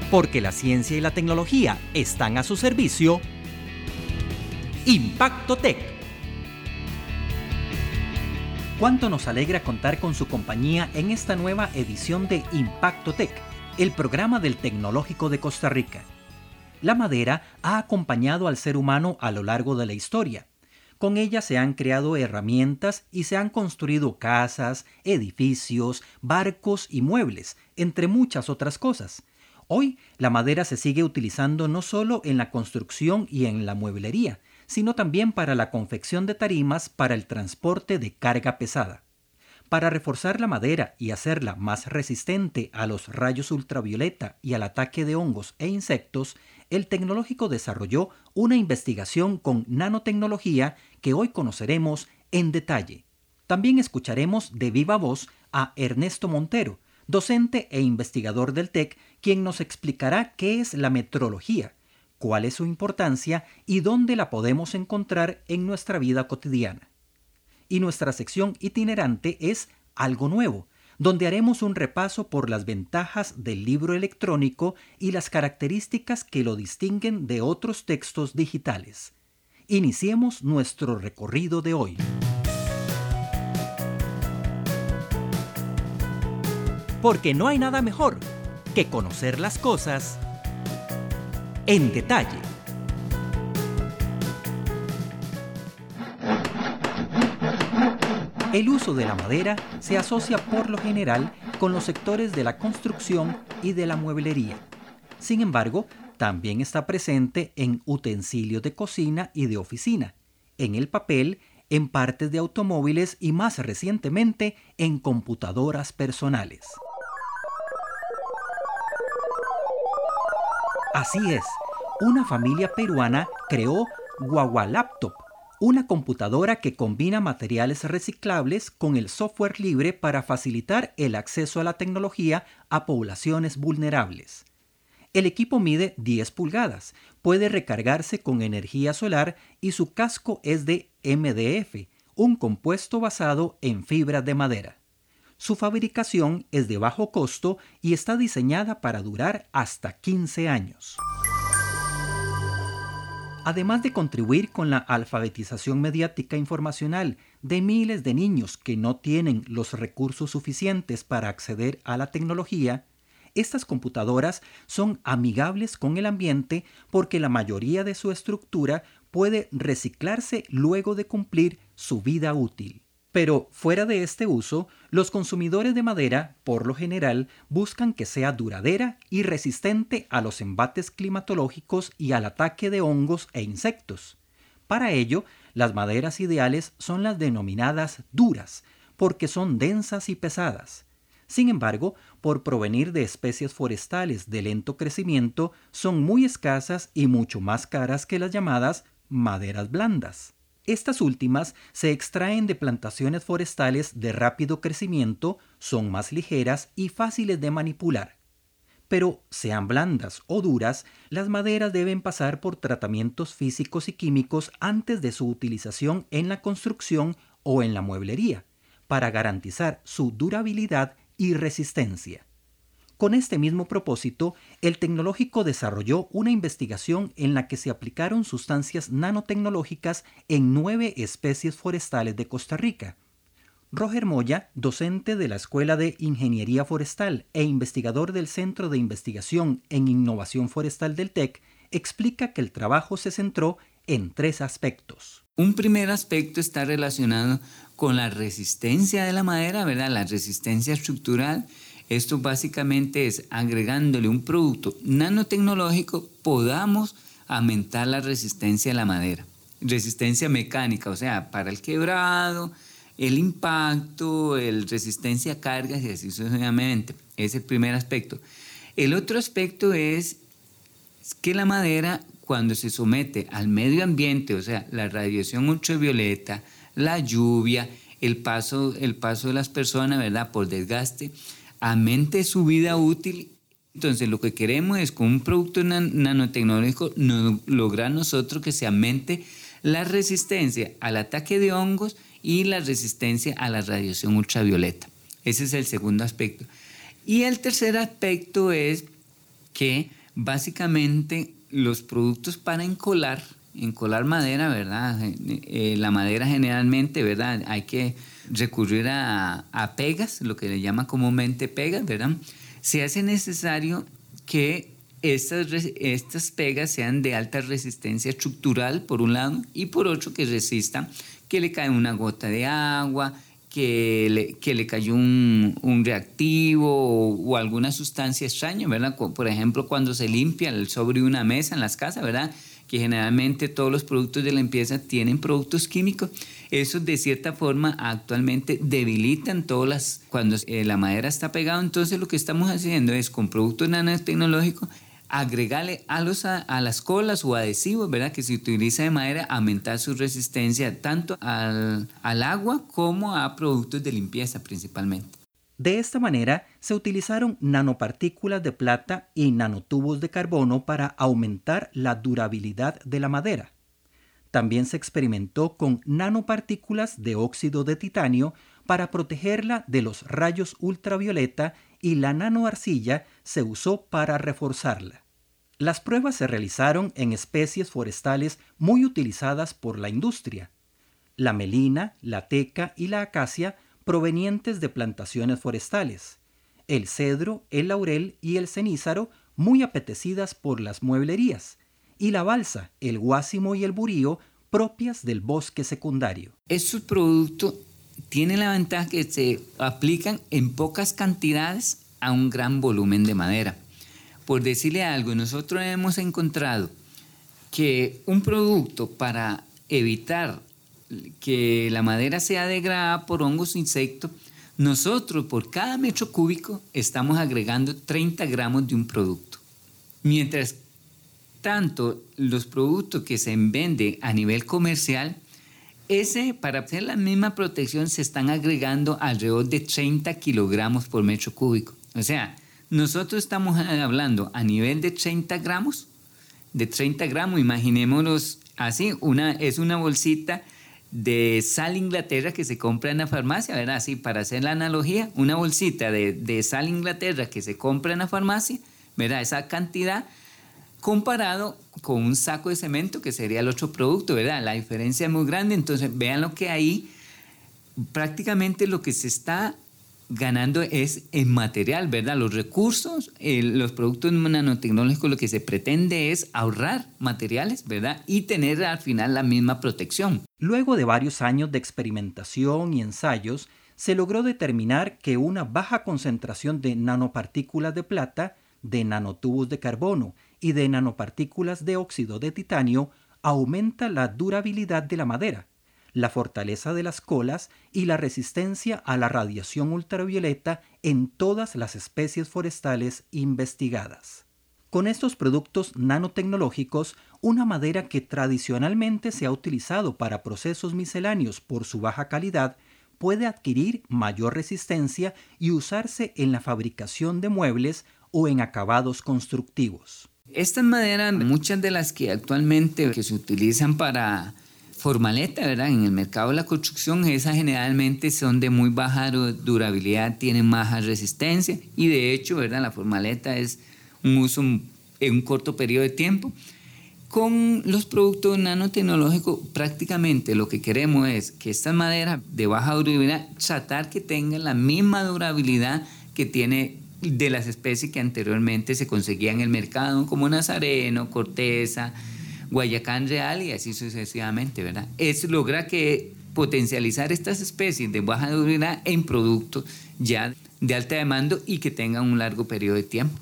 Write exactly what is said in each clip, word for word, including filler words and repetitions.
Porque la ciencia y la tecnología están a su servicio. Impacto Tech. Cuánto nos alegra contar con su compañía en esta nueva edición de Impacto Tech, el programa del Tecnológico de Costa Rica. La madera ha acompañado al ser humano a lo largo de la historia. Con ella se han creado herramientas y se han construido casas, edificios, barcos y muebles, entre muchas otras cosas. Hoy, la madera se sigue utilizando no solo en la construcción y en la mueblería, sino también para la confección de tarimas para el transporte de carga pesada. Para reforzar la madera y hacerla más resistente a los rayos ultravioleta y al ataque de hongos e insectos, el Tecnológico desarrolló una investigación con nanotecnología que hoy conoceremos en detalle. También escucharemos de viva voz a Ernesto Montero, docente e investigador del T E C, quien nos explicará qué es la metrología, cuál es su importancia y dónde la podemos encontrar en nuestra vida cotidiana. Y nuestra sección itinerante es Algo Nuevo, donde haremos un repaso por las ventajas del libro electrónico y las características que lo distinguen de otros textos digitales. Iniciemos nuestro recorrido de hoy. Porque no hay nada mejor que conocer las cosas en detalle. El uso de la madera se asocia por lo general con los sectores de la construcción y de la mueblería. Sin embargo, también está presente en utensilios de cocina y de oficina, en el papel, en partes de automóviles y más recientemente en computadoras personales. Así es, una familia peruana creó Guagua Laptop, una computadora que combina materiales reciclables con el software libre para facilitar el acceso a la tecnología a poblaciones vulnerables. El equipo mide diez pulgadas, puede recargarse con energía solar y su casco es de M D F, un compuesto basado en fibras de madera. Su fabricación es de bajo costo y está diseñada para durar hasta quince años. Además de contribuir con la alfabetización mediática informacional de miles de niños que no tienen los recursos suficientes para acceder a la tecnología, estas computadoras son amigables con el ambiente porque la mayoría de su estructura puede reciclarse luego de cumplir su vida útil. Pero fuera de este uso, los consumidores de madera, por lo general, buscan que sea duradera y resistente a los embates climatológicos y al ataque de hongos e insectos. Para ello, las maderas ideales son las denominadas duras, porque son densas y pesadas. Sin embargo, por provenir de especies forestales de lento crecimiento, son muy escasas y mucho más caras que las llamadas maderas blandas. Estas últimas se extraen de plantaciones forestales de rápido crecimiento, son más ligeras y fáciles de manipular. Pero, sean blandas o duras, las maderas deben pasar por tratamientos físicos y químicos antes de su utilización en la construcción o en la mueblería, para garantizar su durabilidad y resistencia. Con este mismo propósito, el Tecnológico desarrolló una investigación en la que se aplicaron sustancias nanotecnológicas en nueve especies forestales de Costa Rica. Roger Moya, docente de la Escuela de Ingeniería Forestal e investigador del Centro de Investigación en Innovación Forestal del T E C, explica que el trabajo se centró en tres aspectos. Un primer aspecto está relacionado con la resistencia de la madera, ¿verdad? La resistencia estructural. Esto básicamente es agregándole un producto nanotecnológico, podamos aumentar la resistencia de la madera. Resistencia mecánica, o sea, para el quebrado, el impacto, el resistencia a cargas y así sucesivamente. Ese es el primer aspecto. El otro aspecto es que la madera, cuando se somete al medio ambiente, o sea, la radiación ultravioleta, la lluvia, el paso, el paso de las personas, ¿verdad?, por desgaste, aumente su vida útil. Entonces, lo que queremos es, con un producto nan- nanotecnológico, no, lograr nosotros que se aumente la resistencia al ataque de hongos y la resistencia a la radiación ultravioleta. Ese es el segundo aspecto. Y el tercer aspecto es que básicamente los productos para encolar, encolar madera, ¿verdad? Eh, la madera generalmente, ¿verdad? Hay que recurrir a, a pegas, lo que le llaman comúnmente pegas, ¿verdad? Se hace necesario que estas, estas pegas sean de alta resistencia estructural, por un lado, y por otro que resistan que le cae una gota de agua, que le, que le cayó un, un reactivo o, o alguna sustancia extraña, ¿verdad? Por ejemplo, cuando se limpia el sobre una mesa en las casas, ¿verdad? Que generalmente todos los productos de limpieza tienen productos químicos. Esos de cierta forma actualmente debilitan todas las... Cuando eh, la madera está pegada, entonces lo que estamos haciendo es con productos nanotecnológicos agregarle a, los, a, a las colas o adhesivos, ¿verdad? Que se utiliza de madera, aumentar su resistencia tanto al, al agua como a productos de limpieza principalmente. De esta manera, se utilizaron nanopartículas de plata y nanotubos de carbono para aumentar la durabilidad de la madera. También se experimentó con nanopartículas de óxido de titanio para protegerla de los rayos ultravioleta y la nanoarcilla se usó para reforzarla. Las pruebas se realizaron en especies forestales muy utilizadas por la industria: la melina, la teca y la acacia, provenientes de plantaciones forestales, el cedro, el laurel y el cenízaro, muy apetecidas por las mueblerías, y la balsa, el guásimo y el burío, propias del bosque secundario. Estos productos tienen la ventaja que se aplican en pocas cantidades a un gran volumen de madera. Por decirle algo, nosotros hemos encontrado que un producto para evitar que la madera sea degradada por hongos o insectos, nosotros por cada metro cúbico estamos agregando treinta gramos de un producto. Mientras tanto, los productos que se venden a nivel comercial, ese, para hacer la misma protección se están agregando alrededor de treinta kilogramos por metro cúbico. O sea, nosotros estamos hablando a nivel de treinta gramos, de treinta gramos, imaginémonos así, una, es una bolsita de sal Inglaterra que se compra en la farmacia, ¿verdad? Así, para hacer la analogía, una bolsita de, de sal Inglaterra que se compra en la farmacia, ¿verdad? Esa cantidad comparado con un saco de cemento que sería el otro producto, ¿verdad? La diferencia es muy grande, entonces vean lo que ahí prácticamente lo que se está ganando es en material, ¿verdad? Los recursos, eh, los productos nanotecnológicos, lo que se pretende es ahorrar materiales, ¿verdad? Y tener al final la misma protección. Luego de varios años de experimentación y ensayos, se logró determinar que una baja concentración de nanopartículas de plata, de nanotubos de carbono y de nanopartículas de óxido de titanio aumenta la durabilidad de la madera, la fortaleza de las colas y la resistencia a la radiación ultravioleta en todas las especies forestales investigadas. Con estos productos nanotecnológicos, una madera que tradicionalmente se ha utilizado para procesos misceláneos por su baja calidad puede adquirir mayor resistencia y usarse en la fabricación de muebles o en acabados constructivos. Estas maderas, muchas de las que actualmente que se utilizan para formaleta, ¿verdad? En el mercado de la construcción, esas generalmente son de muy baja durabilidad, tienen baja resistencia y de hecho, ¿verdad? La formaleta es un uso en un corto periodo de tiempo. Con los productos nanotecnológicos, prácticamente lo que queremos es que estas maderas de baja durabilidad, tratar que tengan la misma durabilidad que tiene de las especies que anteriormente se conseguían en el mercado, como nazareno, corteza, Guayacán real y así sucesivamente, ¿verdad? Es lograr que potencializar estas especies de baja durabilidad en productos ya de alta demanda y que tengan un largo periodo de tiempo.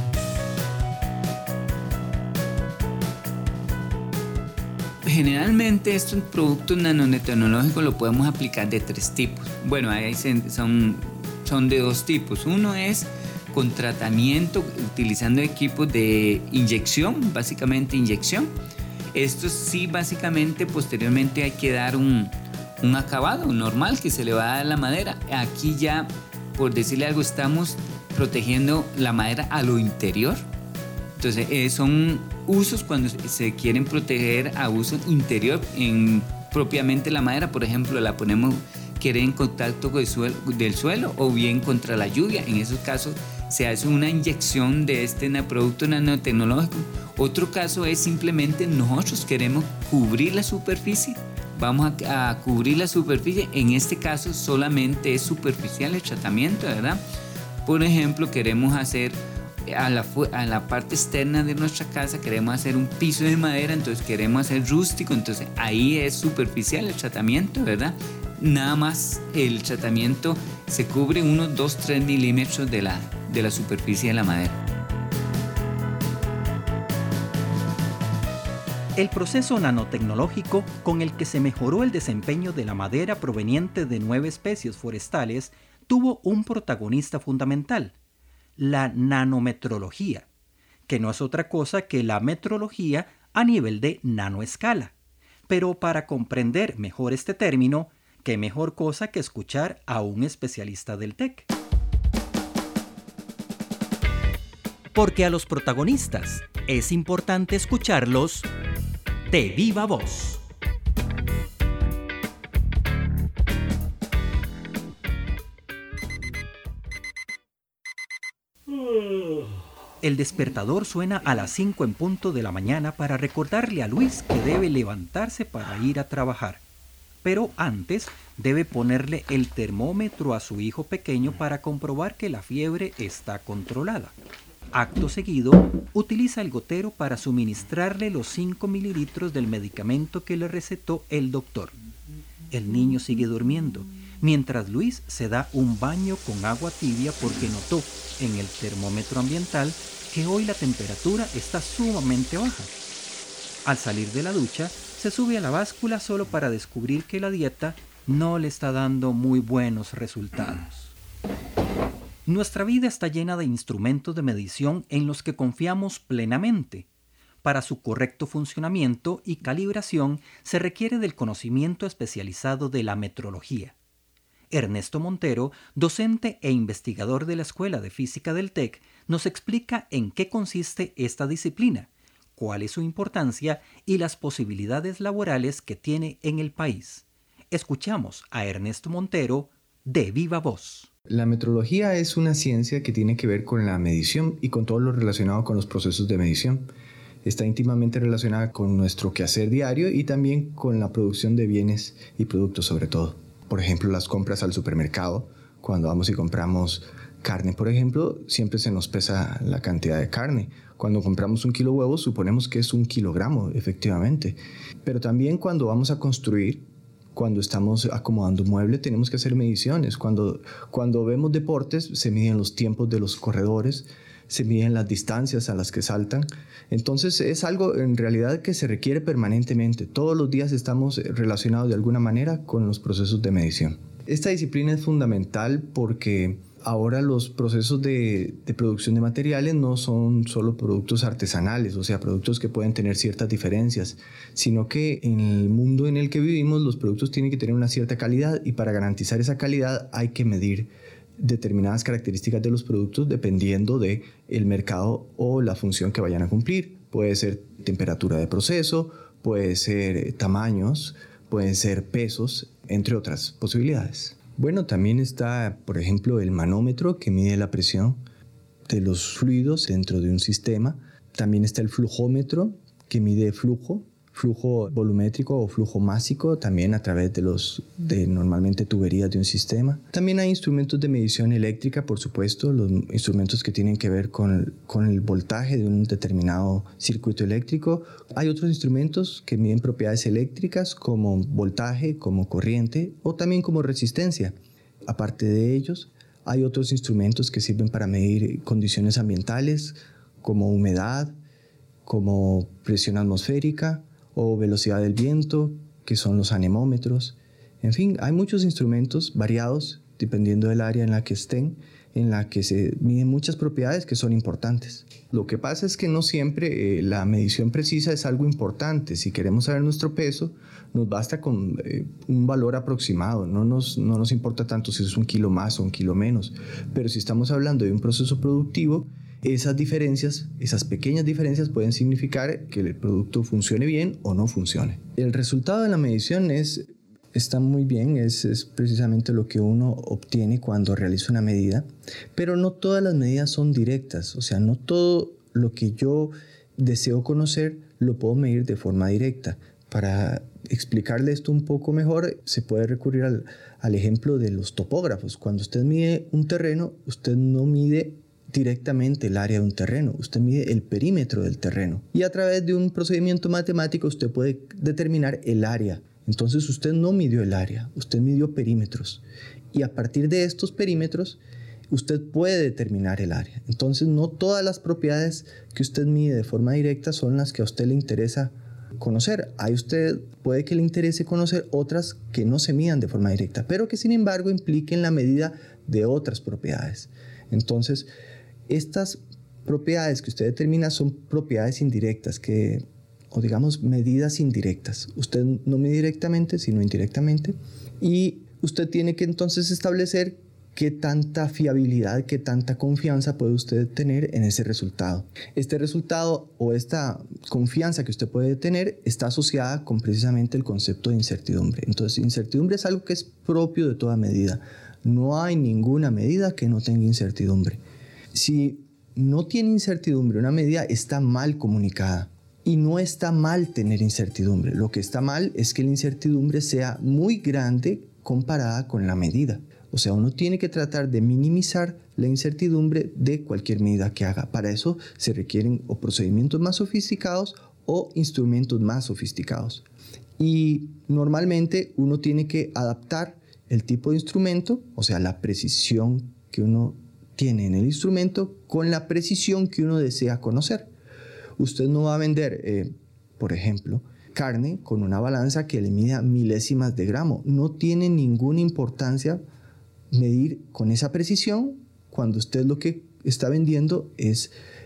Generalmente estos productos nanotecnológicos los podemos aplicar de tres tipos. Bueno, ahí son, son de dos tipos. Uno es con tratamiento utilizando equipos de inyección, básicamente inyección. Esto sí, básicamente, posteriormente hay que dar un, un acabado normal que se le va a dar a la madera. Aquí ya, por decirle algo, estamos protegiendo la madera a lo interior. Entonces, eh, son usos cuando se quieren proteger a uso interior en propiamente la madera. Por ejemplo, la ponemos, quiere en contacto con el suelo, del suelo o bien contra la lluvia. En esos casos se hace una inyección de este producto nanotecnológico. Otro caso es simplemente nosotros queremos cubrir la superficie. Vamos a, a cubrir la superficie. En este caso solamente es superficial el tratamiento, ¿verdad? Por ejemplo, queremos hacer a la, a la parte externa de nuestra casa, queremos hacer un piso de madera, entonces queremos hacer rústico, entonces ahí es superficial el tratamiento, ¿verdad? Nada más el tratamiento se cubre unos dos a tres milímetros de la, de la superficie de la madera. El proceso nanotecnológico con el que se mejoró el desempeño de la madera proveniente de nueve especies forestales tuvo un protagonista fundamental: la nanometrología, que no es otra cosa que la metrología a nivel de nanoescala. Pero para comprender mejor este término, qué mejor cosa que escuchar a un especialista del T E C. Porque a los protagonistas es importante escucharlos de viva voz. El despertador suena a las cinco en punto de la mañana para recordarle a Luis que debe levantarse para ir a trabajar. Pero antes debe ponerle el termómetro a su hijo pequeño para comprobar que la fiebre está controlada. Acto seguido, utiliza el gotero para suministrarle los cinco mililitros del medicamento que le recetó el doctor. El niño sigue durmiendo, mientras Luis se da un baño con agua tibia porque notó en el termómetro ambiental que hoy la temperatura está sumamente baja. Al salir de la ducha, se sube a la báscula solo para descubrir que la dieta no le está dando muy buenos resultados. Nuestra vida está llena de instrumentos de medición en los que confiamos plenamente. Para su correcto funcionamiento y calibración se requiere del conocimiento especializado de la metrología. Ernesto Montero, docente e investigador de la Escuela de Física del T E C, nos explica en qué consiste esta disciplina, cuál es su importancia y las posibilidades laborales que tiene en el país. Escuchamos a Ernesto Montero de viva voz. La metrología es una ciencia que tiene que ver con la medición y con todo lo relacionado con los procesos de medición. Está íntimamente relacionada con nuestro quehacer diario y también con la producción de bienes y productos sobre todo. Por ejemplo, las compras al supermercado, cuando vamos y compramos carne, por ejemplo, siempre se nos pesa la cantidad de carne. Cuando compramos un kilo de huevos, suponemos que es un kilogramo, efectivamente. Pero también cuando vamos a construir, cuando estamos acomodando un mueble, tenemos que hacer mediciones. Cuando, cuando vemos deportes, se miden los tiempos de los corredores, se miden las distancias a las que saltan. Entonces es algo en realidad que se requiere permanentemente. Todos los días estamos relacionados de alguna manera con los procesos de medición. Esta disciplina es fundamental porque ahora los procesos de, de producción de materiales no son solo productos artesanales, o sea, productos que pueden tener ciertas diferencias, sino que en el mundo en el que vivimos los productos tienen que tener una cierta calidad y para garantizar esa calidad hay que medir determinadas características de los productos dependiendo del mercado o la función que vayan a cumplir. Puede ser temperatura de proceso, puede ser tamaños, pueden ser pesos, entre otras posibilidades. Bueno, también está, por ejemplo, el manómetro que mide la presión de los fluidos dentro de un sistema. También está el flujómetro que mide flujo, flujo volumétrico o flujo másico, también a través de los de normalmente tuberías de un sistema. También hay instrumentos de medición eléctrica, por supuesto, los instrumentos que tienen que ver con, con el voltaje de un determinado circuito eléctrico. Hay otros instrumentos que miden propiedades eléctricas como voltaje, como corriente o también como resistencia. Aparte de ellos, hay otros instrumentos que sirven para medir condiciones ambientales como humedad, como presión atmosférica o velocidad del viento, que son los anemómetros. En fin, hay muchos instrumentos variados, dependiendo del área en la que estén, en la que se miden muchas propiedades que son importantes. Lo que pasa es que no siempre eh, la medición precisa es algo importante. Si queremos saber nuestro peso, nos basta con eh, un valor aproximado. No nos, no nos importa tanto si es un kilo más o un kilo menos. Pero si estamos hablando de un proceso productivo, esas diferencias, esas pequeñas diferencias pueden significar que el producto funcione bien o no funcione. El resultado de la medición es Está muy bien, es, es precisamente lo que uno obtiene cuando realiza una medida, pero no todas las medidas son directas, o sea, no todo lo que yo deseo conocer lo puedo medir de forma directa. Para explicarle esto un poco mejor, se puede recurrir al, al ejemplo de los topógrafos. Cuando usted mide un terreno, usted no mide directamente el área de un terreno, usted mide el perímetro del terreno. Y a través de un procedimiento matemático usted puede determinar el área. Entonces usted no midió el área, usted midió perímetros. Y a partir de estos perímetros, usted puede determinar el área. Entonces no todas las propiedades que usted mide de forma directa son las que a usted le interesa conocer. A usted puede que le interese conocer otras que no se midan de forma directa, pero que sin embargo impliquen la medida de otras propiedades. Entonces, estas propiedades que usted determina son propiedades indirectas, que, o digamos medidas indirectas. Usted no mide directamente, sino indirectamente, y usted tiene que entonces establecer qué tanta fiabilidad, qué tanta confianza puede usted tener en ese resultado. Este resultado o esta confianza que usted puede tener está asociada con precisamente el concepto de incertidumbre. Entonces, incertidumbre es algo que es propio de toda medida. No hay ninguna medida que no tenga incertidumbre. Si no tiene incertidumbre, una medida está mal comunicada. Y no está mal tener incertidumbre. Lo que está mal es que la incertidumbre sea muy grande comparada con la medida. O sea, uno tiene que tratar de minimizar la incertidumbre de cualquier medida que haga. Para eso se requieren o procedimientos más sofisticados o instrumentos más sofisticados. Y normalmente uno tiene que adaptar el tipo de instrumento, o sea, la precisión que uno tiene en el instrumento con la precisión que uno desea conocer. Usted no va a vender, eh, por ejemplo, carne con una balanza que le mida milésimas de gramo. No tiene ninguna importancia medir con esa precisión cuando usted lo que está vendiendo es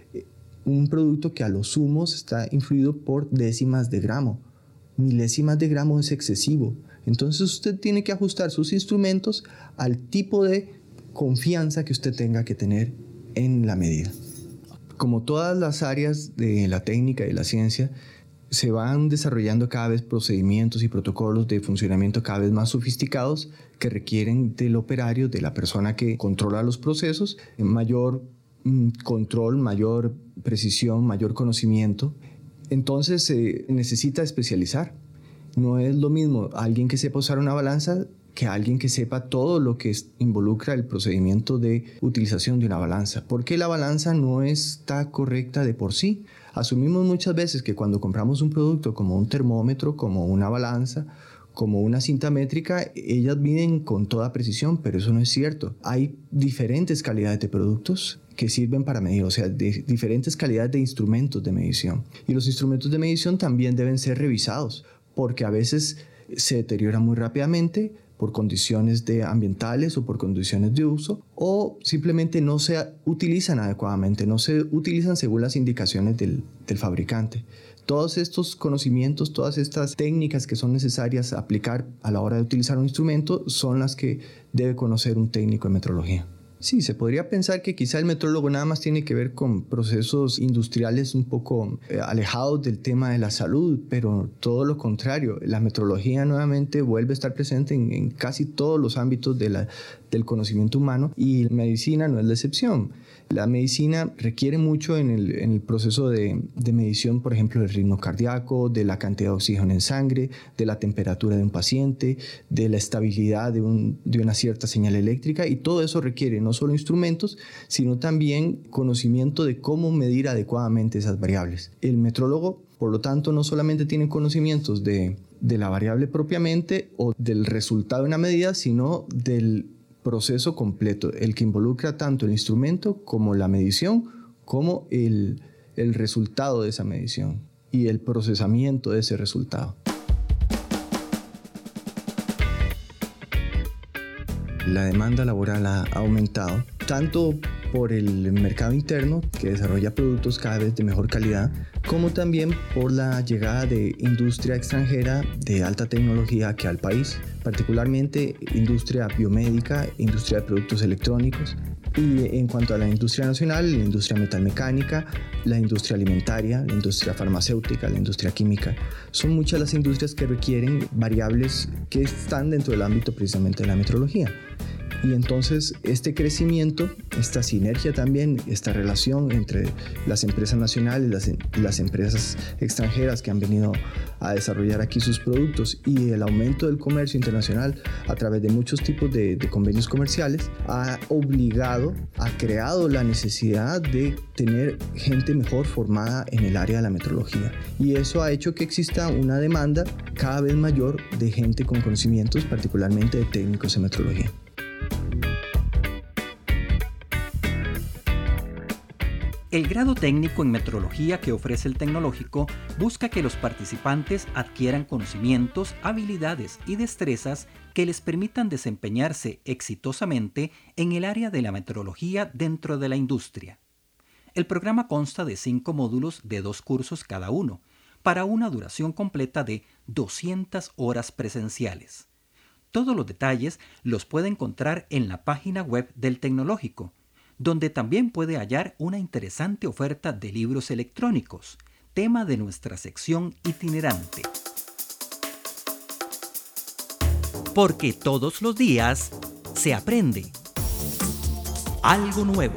un producto que a lo sumo está influido por décimas de gramo. Milésimas de gramo es excesivo. Entonces usted tiene que ajustar sus instrumentos al tipo de confianza que usted tenga que tener en la medida. Como todas las áreas de la técnica y de la ciencia, se van desarrollando cada vez procedimientos y protocolos de funcionamiento cada vez más sofisticados que requieren del operario, de la persona que controla los procesos, mayor mm, control, mayor precisión, mayor conocimiento. Entonces se necesita especializar. No es lo mismo alguien que sepa usar una balanza que alguien que sepa todo lo que involucra el procedimiento de utilización de una balanza. Porque la balanza no está correcta de por sí. Asumimos muchas veces que cuando compramos un producto como un termómetro, como una balanza, como una cinta métrica, ellas miden con toda precisión, pero eso no es cierto. Hay diferentes calidades de productos que sirven para medir, o sea, de diferentes calidades de instrumentos de medición. Y los instrumentos de medición también deben ser revisados, porque a veces se deterioran muy rápidamente por condiciones de ambientales o por condiciones de uso, o simplemente no se utilizan adecuadamente, no se utilizan según las indicaciones del, del fabricante. Todos estos conocimientos, todas estas técnicas que son necesarias aplicar a la hora de utilizar un instrumento son las que debe conocer un técnico de metrología. Sí, se podría pensar que quizá el metrólogo nada más tiene que ver con procesos industriales un poco eh, alejados del tema de la salud, pero todo lo contrario. La metrología nuevamente vuelve a estar presente en, en casi todos los ámbitos de la, del conocimiento humano, y la medicina no es la excepción. La medicina requiere mucho en el, en el proceso de, de medición, por ejemplo, del ritmo cardíaco, de la cantidad de oxígeno en sangre, de la temperatura de un paciente, de la estabilidad de, un, de una cierta señal eléctrica, y todo eso requiere no solo instrumentos, sino también conocimiento de cómo medir adecuadamente esas variables. El metrólogo, por lo tanto, no solamente tiene conocimientos de, de la variable propiamente o del resultado de una medida, sino del proceso completo, el que involucra tanto el instrumento como la medición, como el, el resultado de esa medición y el procesamiento de ese resultado. La demanda laboral ha aumentado, tanto por el mercado interno, que desarrolla productos cada vez de mejor calidad, como también por la llegada de industria extranjera de alta tecnología aquí al país, particularmente industria biomédica, industria de productos electrónicos. Y en cuanto a la industria nacional, la industria metalmecánica, la industria alimentaria, la industria farmacéutica, la industria química, son muchas las industrias que requieren variables que están dentro del ámbito precisamente de la metrología. Y entonces este crecimiento, esta sinergia también, esta relación entre las empresas nacionales y las, las empresas extranjeras que han venido a desarrollar aquí sus productos y el aumento del comercio internacional a través de muchos tipos de, de convenios comerciales ha obligado, ha creado la necesidad de tener gente mejor formada en el área de la metrología. Y eso ha hecho que exista una demanda cada vez mayor de gente con conocimientos, particularmente de técnicos en metrología. El grado técnico en metrología que ofrece el tecnológico busca que los participantes adquieran conocimientos, habilidades y destrezas que les permitan desempeñarse exitosamente en el área de la metrología dentro de la industria. El programa consta de cinco módulos de dos cursos cada uno, para una duración completa de doscientas horas presenciales. Todos los detalles los puede encontrar en la página web del tecnológico, donde también puede hallar una interesante oferta de libros electrónicos, tema de nuestra sección itinerante. Porque todos los días se aprende algo nuevo.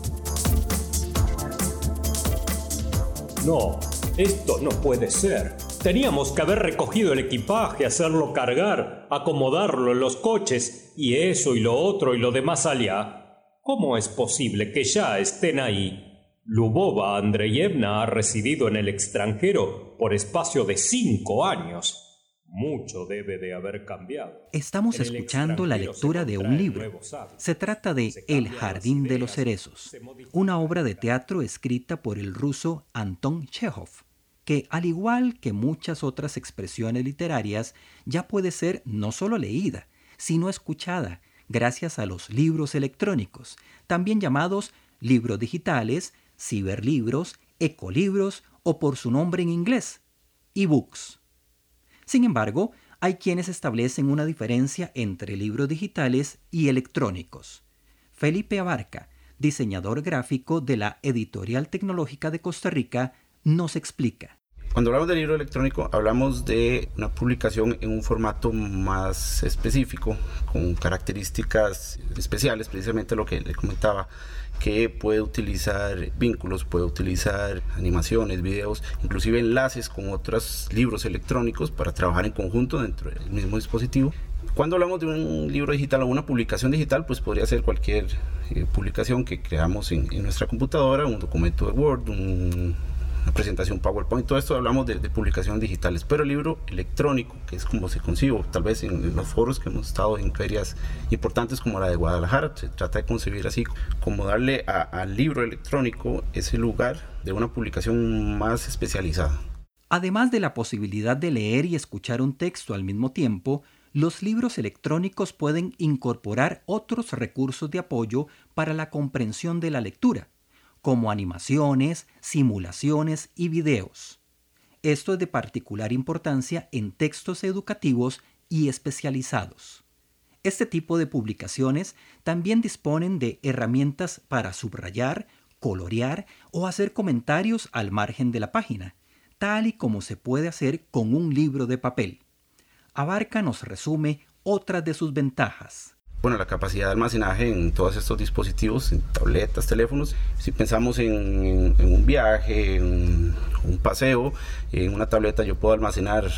No, esto no puede ser. Teníamos que haber recogido el equipaje, hacerlo cargar, acomodarlo en los coches, y eso y lo otro y lo demás allá. ¿Cómo es posible que ya estén ahí? Lubova Andreyevna ha residido en el extranjero por espacio de cinco años. Mucho debe de haber cambiado. Estamos escuchando la lectura de un libro. Se trata de El Jardín de los Cerezos, una obra de teatro escrita por el ruso Anton Chejov, que, al igual que muchas otras expresiones literarias, ya puede ser no solo leída, sino escuchada, gracias a los libros electrónicos, también llamados libros digitales, ciberlibros, ecolibros o por su nombre en inglés, ebooks. Sin embargo, hay quienes establecen una diferencia entre libros digitales y electrónicos. Felipe Abarca, diseñador gráfico de la Editorial Tecnológica de Costa Rica, nos explica. Cuando hablamos de libro electrónico, hablamos de una publicación en un formato más específico, con características especiales, precisamente lo que le comentaba, que puede utilizar vínculos, puede utilizar animaciones, videos, inclusive enlaces con otros libros electrónicos para trabajar en conjunto dentro del mismo dispositivo. Cuando hablamos de un libro digital o una publicación digital, pues podría ser cualquier eh, publicación que creamos en, en nuestra computadora, un documento de Word, un una presentación PowerPoint, todo esto hablamos de, de publicaciones digitales, pero el libro electrónico, que es como se concibe, tal vez en, en los foros que hemos estado en ferias importantes como la de Guadalajara, se trata de concebir así, como darle al libro electrónico ese lugar de una publicación más especializada. Además de la posibilidad de leer y escuchar un texto al mismo tiempo, los libros electrónicos pueden incorporar otros recursos de apoyo para la comprensión de la lectura, como animaciones, simulaciones y videos. Esto es de particular importancia en textos educativos y especializados. Este tipo de publicaciones también disponen de herramientas para subrayar, colorear o hacer comentarios al margen de la página, tal y como se puede hacer con un libro de papel. Abarca nos resume otras de sus ventajas. Bueno, la capacidad de almacenaje en todos estos dispositivos, en tabletas, teléfonos. Si pensamos en, en, en un viaje, en un paseo, en una tableta yo puedo almacenar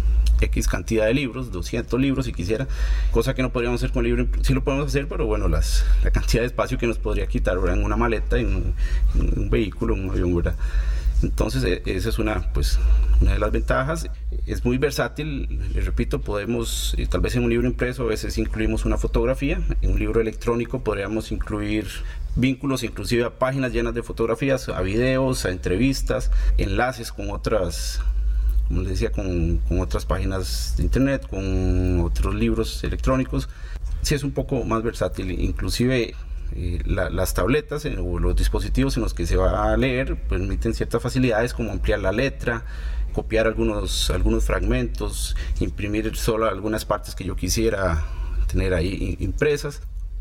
X cantidad de libros, doscientos libros si quisiera, cosa que no podríamos hacer con libro, sí lo podemos hacer, pero bueno, las, la cantidad de espacio que nos podría quitar, ¿verdad? En una maleta, en, en un vehículo, en un avión, ¿verdad? Entonces esa es una, pues, una de las ventajas. Es muy versátil, les repito, podemos, eh, tal vez en un libro impreso a veces incluimos una fotografía, en un libro electrónico podríamos incluir vínculos, inclusive a páginas llenas de fotografías, a videos, a entrevistas, enlaces con otras, como les decía, con, con otras páginas de internet, con otros libros electrónicos. Sí es un poco más versátil, inclusive Eh, la, las tabletas eh, o los dispositivos en los que se va a leer permiten ciertas facilidades como ampliar la letra, copiar algunos, algunos fragmentos, imprimir solo algunas partes que yo quisiera tener ahí impresas.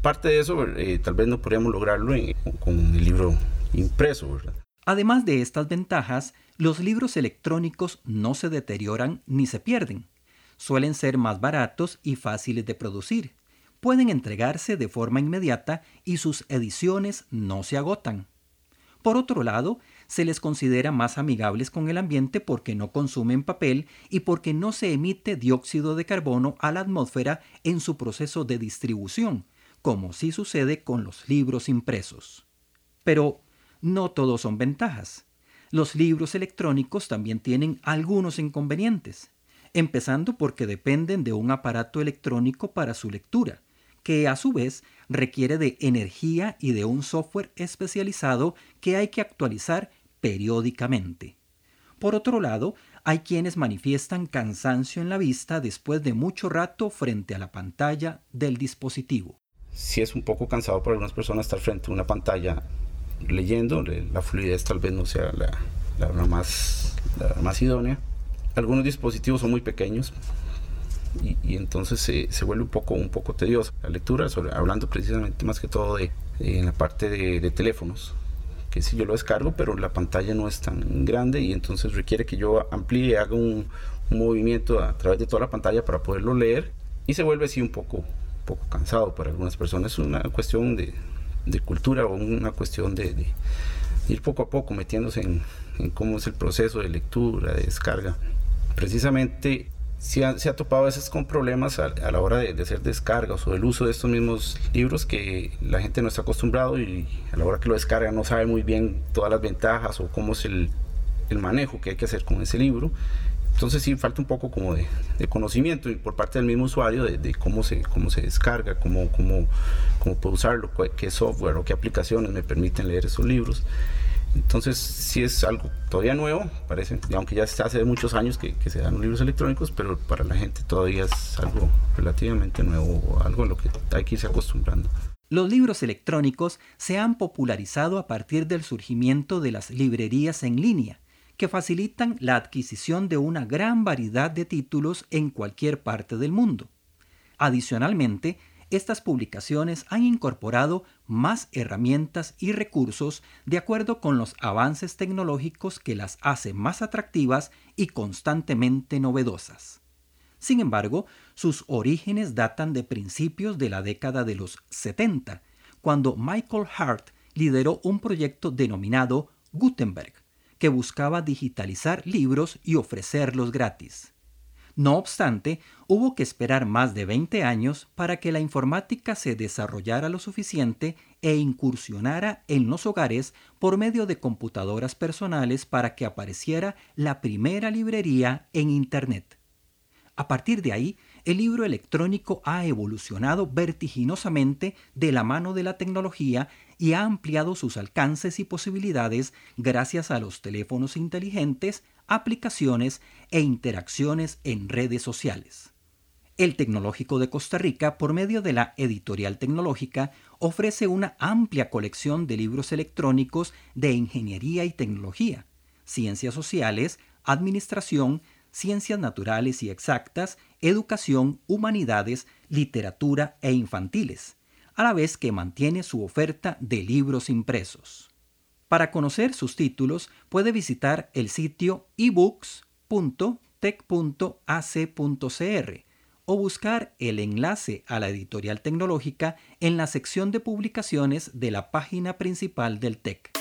parte de eso, eh, tal vez no podríamos lograrlo en, con el libro impreso, ¿verdad? Además de estas ventajas, los libros electrónicos no se deterioran ni se pierden. Suelen ser más baratos y fáciles de producir. Pueden entregarse de forma inmediata y sus ediciones no se agotan. Por otro lado, se les considera más amigables con el ambiente porque no consumen papel y porque no se emite dióxido de carbono a la atmósfera en su proceso de distribución, como sí sucede con los libros impresos. Pero no todos son ventajas. Los libros electrónicos también tienen algunos inconvenientes, empezando porque dependen de un aparato electrónico para su lectura, que a su vez requiere de energía y de un software especializado que hay que actualizar periódicamente. Por otro lado, hay quienes manifiestan cansancio en la vista después de mucho rato frente a la pantalla del dispositivo. Sí es un poco cansado para algunas personas estar frente a una pantalla leyendo, la fluidez tal vez no sea la, la, la, más, la más idónea. Algunos dispositivos son muy pequeños y, y entonces se, se vuelve un poco, un poco tedioso la lectura, sobre, hablando precisamente más que todo de, de en la parte de, de teléfonos, que sí yo lo descargo, pero la pantalla no es tan grande y entonces requiere que yo amplíe, haga un, un movimiento a través de toda la pantalla para poderlo leer y se vuelve así un poco, un poco cansado para algunas personas. Es una cuestión de, de cultura o una cuestión de, de ir poco a poco metiéndose en, en cómo es el proceso de lectura, de descarga. Precisamente se ha, se ha topado a veces con problemas a, a la hora de, de hacer descargas o del uso de estos mismos libros que la gente no está acostumbrado y a la hora que lo descarga no sabe muy bien todas las ventajas o cómo es el, el manejo que hay que hacer con ese libro. Entonces sí falta un poco como de, de conocimiento por parte del mismo usuario de, de cómo, se, cómo se descarga, cómo, cómo, cómo puedo usarlo, qué software o qué aplicaciones me permiten leer esos libros. Entonces sí es algo todavía nuevo, parece, aunque ya hace muchos años que, que se dan los libros electrónicos, pero para la gente todavía es algo relativamente nuevo, algo a lo que hay que irse acostumbrando. Los libros electrónicos se han popularizado a partir del surgimiento de las librerías en línea, que facilitan la adquisición de una gran variedad de títulos en cualquier parte del mundo. Adicionalmente, estas publicaciones han incorporado más herramientas y recursos de acuerdo con los avances tecnológicos que las hacen más atractivas y constantemente novedosas. Sin embargo, sus orígenes datan de principios de la década de los setenta, cuando Michael Hart lideró un proyecto denominado Gutenberg, que buscaba digitalizar libros y ofrecerlos gratis. No obstante, hubo que esperar más de veinte años para que la informática se desarrollara lo suficiente e incursionara en los hogares por medio de computadoras personales para que apareciera la primera librería en Internet. A partir de ahí, el libro electrónico ha evolucionado vertiginosamente de la mano de la tecnología y ha ampliado sus alcances y posibilidades gracias a los teléfonos inteligentes, aplicaciones e interacciones en redes sociales. El Tecnológico de Costa Rica, por medio de la Editorial Tecnológica, ofrece una amplia colección de libros electrónicos de ingeniería y tecnología, ciencias sociales, administración, ciencias naturales y exactas, educación, humanidades, literatura e infantiles, a la vez que mantiene su oferta de libros impresos. Para conocer sus títulos, puede visitar el sitio e books punto tec punto a c punto c r o buscar el enlace a la Editorial Tecnológica en la sección de publicaciones de la página principal del T E C.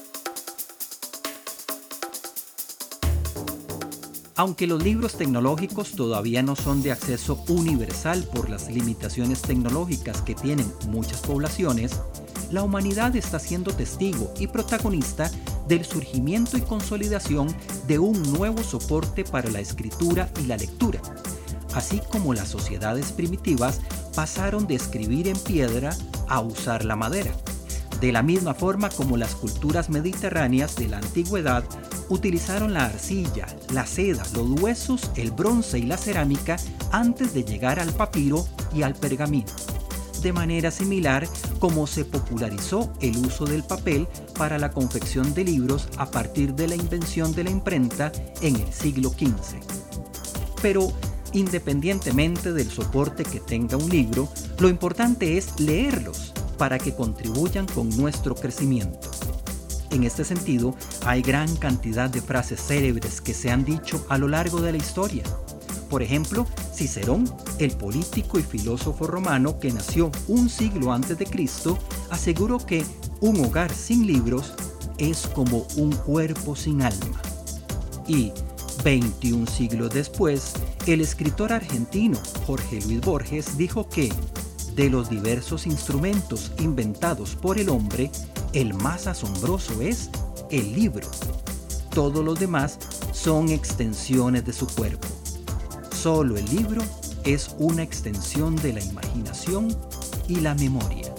Aunque los libros tecnológicos todavía no son de acceso universal por las limitaciones tecnológicas que tienen muchas poblaciones, la humanidad está siendo testigo y protagonista del surgimiento y consolidación de un nuevo soporte para la escritura y la lectura, así como las sociedades primitivas pasaron de escribir en piedra a usar la madera, de la misma forma como las culturas mediterráneas de la antigüedad utilizaron la arcilla, la seda, los huesos, el bronce y la cerámica antes de llegar al papiro y al pergamino. De manera similar como se popularizó el uso del papel para la confección de libros a partir de la invención de la imprenta en el siglo quince. Pero, Independientemente del soporte que tenga un libro, lo importante es leerlos para que contribuyan con nuestro crecimiento. En este sentido, hay gran cantidad de frases célebres que se han dicho a lo largo de la historia. Por ejemplo, Cicerón, el político y filósofo romano que nació un siglo antes de Cristo, aseguró que un hogar sin libros es como un cuerpo sin alma. Y veintiún siglos después, el escritor argentino Jorge Luis Borges dijo que de los diversos instrumentos inventados por el hombre, el más asombroso es el libro. Todos los demás son extensiones de su cuerpo. Solo el libro es una extensión de la imaginación y la memoria.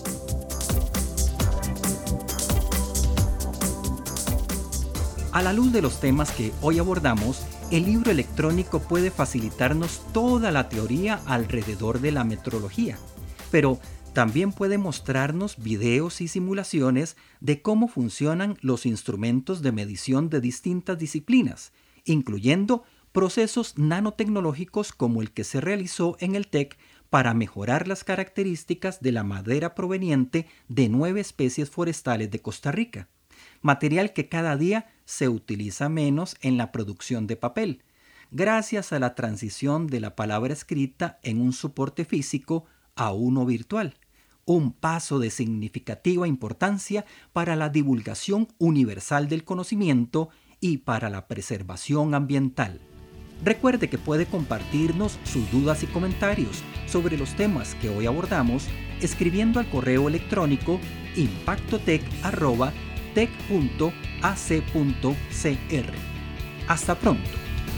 A la luz de los temas que hoy abordamos, el libro electrónico puede facilitarnos toda la teoría alrededor de la metrología, pero también puede mostrarnos videos y simulaciones de cómo funcionan los instrumentos de medición de distintas disciplinas, incluyendo procesos nanotecnológicos como el que se realizó en el TEC para mejorar las características de la madera proveniente de nueve especies forestales de Costa Rica, material que cada día se utiliza menos en la producción de papel, gracias a la transición de la palabra escrita en un soporte físico a uno virtual, un paso de significativa importancia para la divulgación universal del conocimiento y para la preservación ambiental. Recuerde que puede compartirnos sus dudas y comentarios sobre los temas que hoy abordamos escribiendo al correo electrónico impactotec arroba tec punto a c punto c r. Hasta pronto.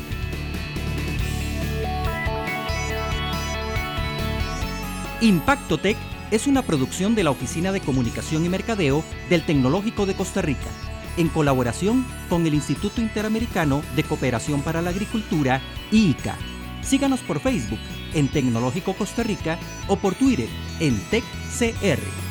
ImpactoTec es una producción de la Oficina de Comunicación y Mercadeo del Tecnológico de Costa Rica, en colaboración con el Instituto Interamericano de Cooperación para la Agricultura, I I C A. Síganos por Facebook en Tecnológico Costa Rica o por Twitter en TecCR.